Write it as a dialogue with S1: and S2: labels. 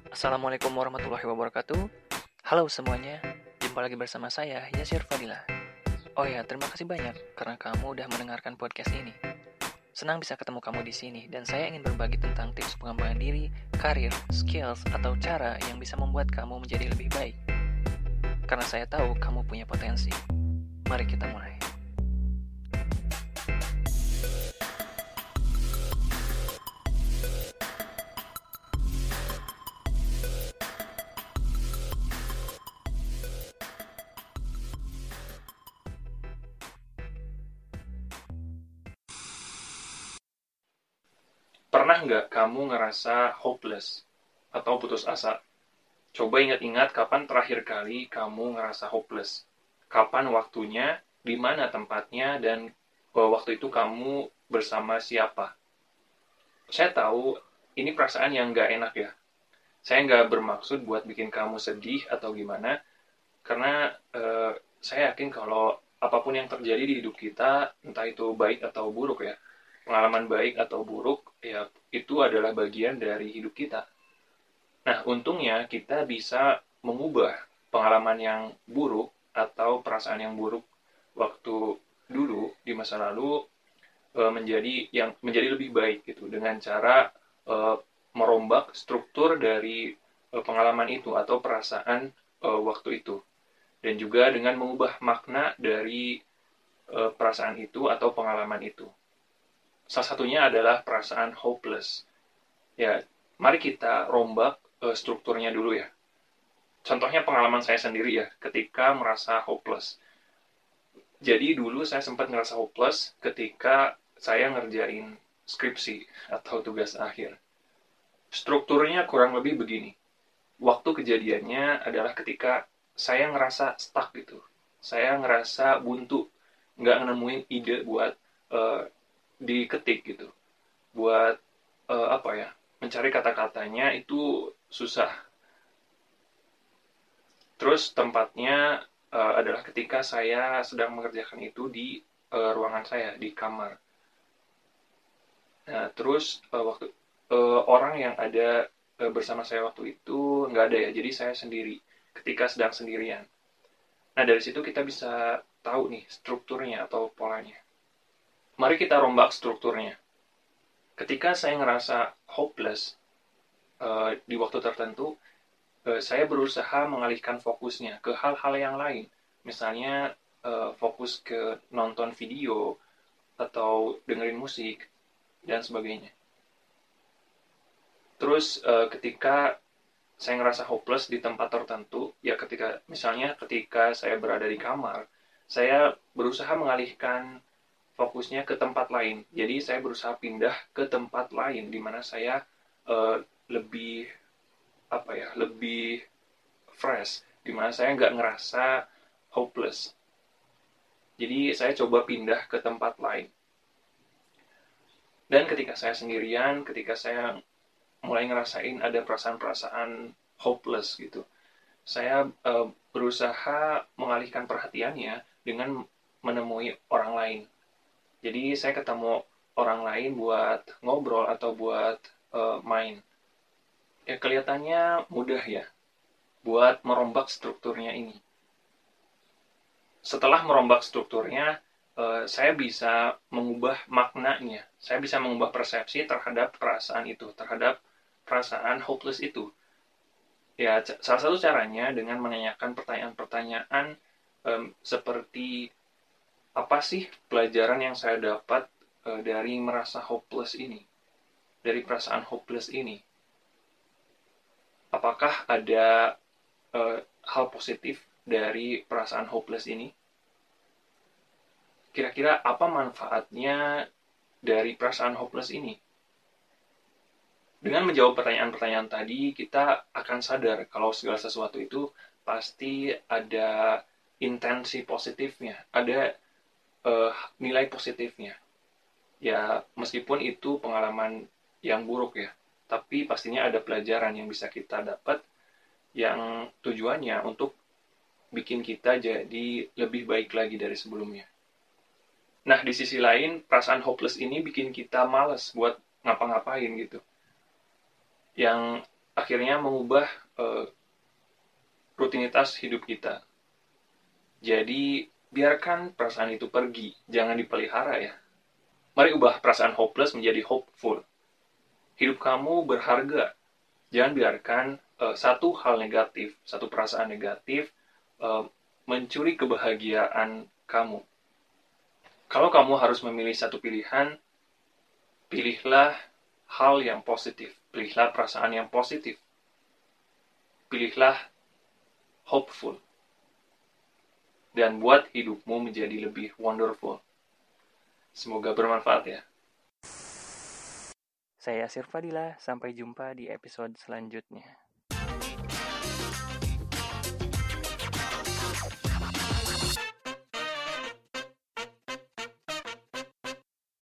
S1: Assalamualaikum warahmatullahi wabarakatuh. Halo semuanya, jumpa lagi bersama saya, Yasir Fadila. Oh ya, terima kasih banyak karena kamu udah mendengarkan podcast ini. Senang bisa ketemu kamu di sini dan saya ingin berbagi tentang tips pengembangan diri, karir, skills, atau cara yang bisa membuat kamu menjadi lebih baik. Karena saya tahu kamu punya potensi. Mari kita mulai.
S2: Pernah nggak kamu ngerasa hopeless atau putus asa? Coba ingat-ingat kapan terakhir kali kamu ngerasa hopeless. Kapan waktunya, di mana tempatnya, dan waktu itu kamu bersama siapa. Saya tahu ini perasaan yang nggak enak ya. Saya nggak bermaksud buat bikin kamu sedih atau gimana, karena saya yakin kalau apapun yang terjadi di hidup kita, entah itu baik atau buruk ya, pengalaman baik atau buruk, ya itu adalah bagian dari hidup kita. Nah, untungnya kita bisa mengubah pengalaman yang buruk atau perasaan yang buruk waktu dulu di masa lalu menjadi lebih baik gitu dengan cara eh, merombak struktur dari pengalaman itu atau perasaan waktu itu, dan juga dengan mengubah makna dari perasaan itu atau pengalaman itu. Salah satunya adalah perasaan hopeless. Ya, mari kita rombak strukturnya dulu ya. Contohnya pengalaman saya sendiri ya, ketika merasa hopeless. Jadi dulu saya sempat ngerasa hopeless ketika saya ngerjain skripsi atau tugas akhir. Strukturnya kurang lebih begini. Waktu kejadiannya adalah ketika saya ngerasa stuck gitu. Saya ngerasa buntu, nggak nemuin ide buat uh, diketik gitu. Buat apa ya, mencari kata-katanya itu susah. Terus tempatnya adalah ketika saya sedang mengerjakan itu di ruangan saya, di kamar. Nah, terus waktu orang yang ada bersama saya waktu itu nggak ada ya, jadi saya sendiri ketika sedang sendirian. Nah, dari situ kita bisa tahu nih strukturnya atau polanya. Mari kita rombak strukturnya. Ketika saya ngerasa hopeless di waktu tertentu, saya berusaha mengalihkan fokusnya ke hal-hal yang lain. Misalnya fokus ke nonton video atau dengerin musik dan sebagainya. Terus ketika saya ngerasa hopeless di tempat tertentu, ya ketika saya berada di kamar, saya berusaha mengalihkan fokusnya ke tempat lain. Jadi saya berusaha pindah ke tempat lain di mana saya uh, lebih lebih fresh, di mana saya nggak ngerasa hopeless. Jadi saya coba pindah ke tempat lain. Dan ketika saya sendirian, ketika saya mulai ngerasain ada perasaan-perasaan hopeless gitu, saya berusaha mengalihkan perhatiannya dengan menemui orang lain. Jadi saya ketemu orang lain buat ngobrol atau buat main. Ya kelihatannya mudah ya buat merombak strukturnya ini. Setelah merombak strukturnya, saya bisa mengubah maknanya. Saya bisa mengubah persepsi terhadap perasaan itu, terhadap perasaan hopeless itu. Ya, salah satu caranya dengan menanyakan pertanyaan-pertanyaan seperti apa sih pelajaran yang saya dapat dari merasa hopeless ini, dari perasaan hopeless ini. Apakah ada hal positif dari perasaan hopeless ini? Kira-kira apa manfaatnya dari perasaan hopeless ini? Dengan menjawab pertanyaan-pertanyaan tadi, kita akan sadar kalau segala sesuatu itu pasti ada intensi positifnya, ada nilai positifnya. Ya, meskipun itu pengalaman yang buruk ya, tapi pastinya ada pelajaran yang bisa kita dapat yang tujuannya untuk bikin kita jadi lebih baik lagi dari sebelumnya. Nah, di sisi lain, perasaan hopeless ini bikin kita malas buat ngapa-ngapain gitu. Yang akhirnya mengubah rutinitas hidup kita. Jadi, biarkan perasaan itu pergi, jangan dipelihara ya. Mari ubah perasaan hopeless menjadi hopeful. Hidup kamu berharga. Jangan biarkan satu hal negatif, satu perasaan negatif mencuri kebahagiaan kamu. Kalau kamu harus memilih satu pilihan, pilihlah hal yang positif. Pilihlah perasaan yang positif. Pilihlah hopeful. Dan buat hidupmu menjadi lebih wonderful. Semoga bermanfaat ya.
S1: Saya Yasir Fadila, sampai jumpa di episode selanjutnya.